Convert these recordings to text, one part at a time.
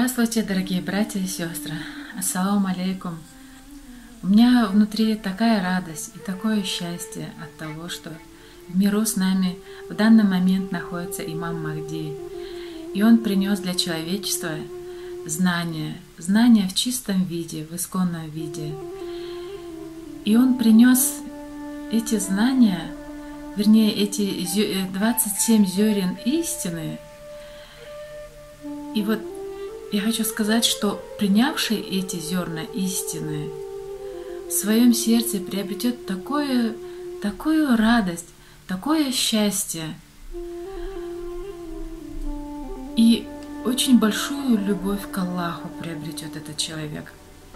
Здравствуйте, дорогие братья и сестры. Ассаламу алейкум. У меня внутри такая радость и такое счастье от того, что в миру с нами в данный момент находится имам Махди. И он принес для человечества знания в чистом виде, в исконном виде. И он принес эти знания, вернее, эти 27 зерен истины. И вот я хочу сказать, что принявший эти зерна истины в своем сердце приобретет такую радость, такое счастье и очень большую любовь к Аллаху приобретет этот человек.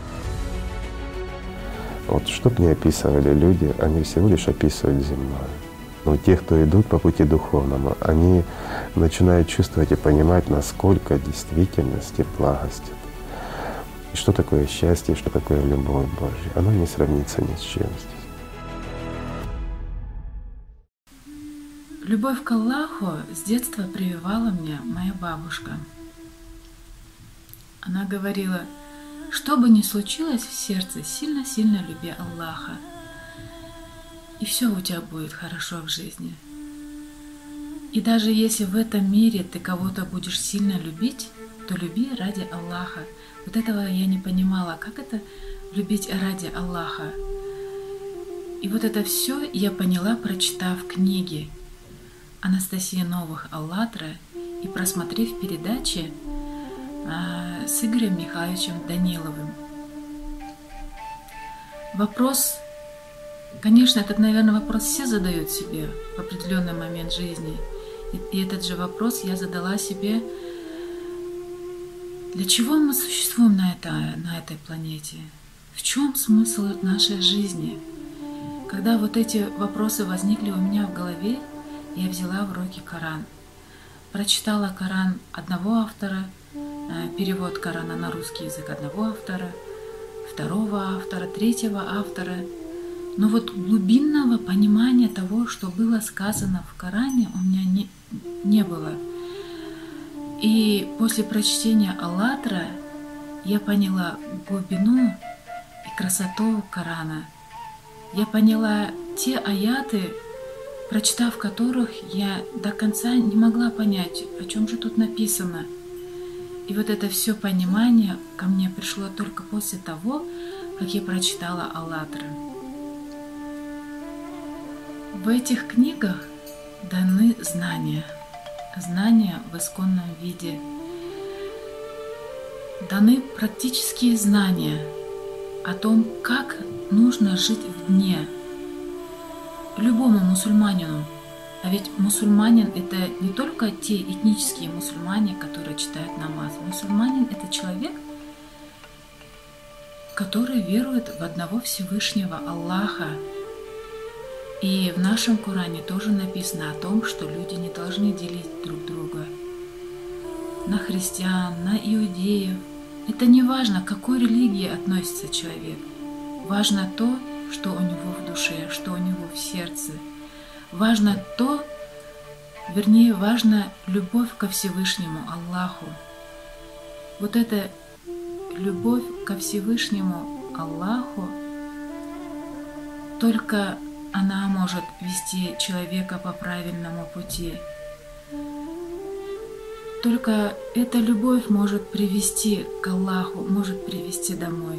Вот что бы ни описывали люди, они всего лишь описывают земное. Но те, кто идут по пути духовному, они начинают чувствовать и понимать, насколько в действительности благость. И что такое счастье, что такое любовь Божья. Оно не сравнится ни с чем здесь. Любовь к Аллаху с детства прививала мне моя бабушка. Она говорила: что бы ни случилось в сердце, сильно-сильно люби Аллаха, и все у тебя будет хорошо в жизни. И даже если в этом мире ты кого-то будешь сильно любить, то люби ради Аллаха. Вот этого я не понимала, как это любить ради Аллаха. И вот это все я поняла, прочитав книги Анастасии Новых «АЛЛАТРА» и просмотрев передачи с Игорем Михайловичем Даниловым. Вопрос, конечно, этот, наверное, вопрос все задают себе в определенный момент жизни. И этот же вопрос я задала себе: для чего мы существуем на этой планете? В чем смысл нашей жизни? Когда вот эти вопросы возникли у меня в голове, я взяла в руки Коран. Прочитала Коран одного автора, перевод Корана на русский язык одного автора, второго автора, третьего автора. Но вот глубинного понимания того, что было сказано в Коране, у меня не было. И после прочтения «АЛЛАТРА» я поняла глубину и красоту Корана. Я поняла те аяты, прочитав которых я до конца не могла понять, о чем же тут написано. И вот это все понимание ко мне пришло только после того, как я прочитала «АЛЛАТРА». В этих книгах даны знания в исконном виде. Даны практические знания о том, как нужно жить в дне любому мусульманину. А ведь мусульманин — это не только те этнические мусульмане, которые читают намаз. Мусульманин — это человек, который верует в одного Всевышнего Аллаха. И в нашем Коране тоже написано о том, что люди не должны делить друг друга на христиан, на иудеев. Это не важно, к какой религии относится человек. Важно то, что у него в душе, что у него в сердце. Важно важна любовь ко Всевышнему Аллаху. Вот эта любовь ко Всевышнему Аллаху, только она может вести человека по правильному пути. Только эта любовь может привести к Аллаху, может привести домой.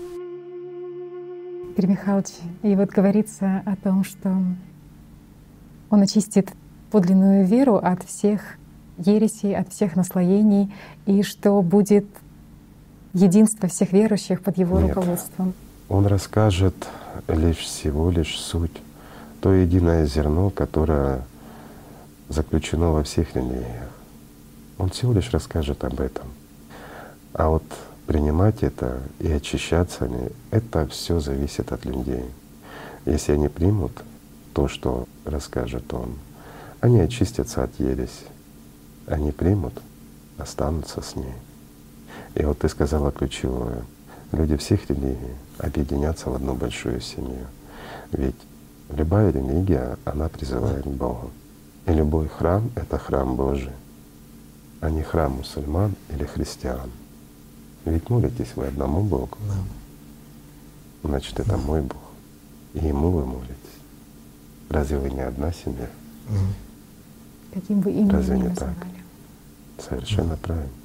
Игорь Михайлович, и вот говорится о том, что Он очистит подлинную веру от всех ересей, от всех наслоений, и что будет единство всех верующих под Его руководством. Он расскажет всего лишь суть, то единое зерно, которое заключено во всех религиях. Он всего лишь расскажет об этом. А вот принимать это и очищаться, это все зависит от людей. Если они примут то, что расскажет он, они очистятся от ереси. Они примут, останутся с ней. И вот ты сказала ключевое: люди всех религий объединятся в одну большую семью. Ведь любая религия, она призывает к Богу. И любой храм — это храм Божий, а не храм мусульман или христиан. Ведь молитесь вы одному Богу. Да. Значит, это мой Бог. И Ему вы молитесь. Разве вы не одна семья? Мгм. Каким бы именем Разве ни не так? называли. Совершенно правильно.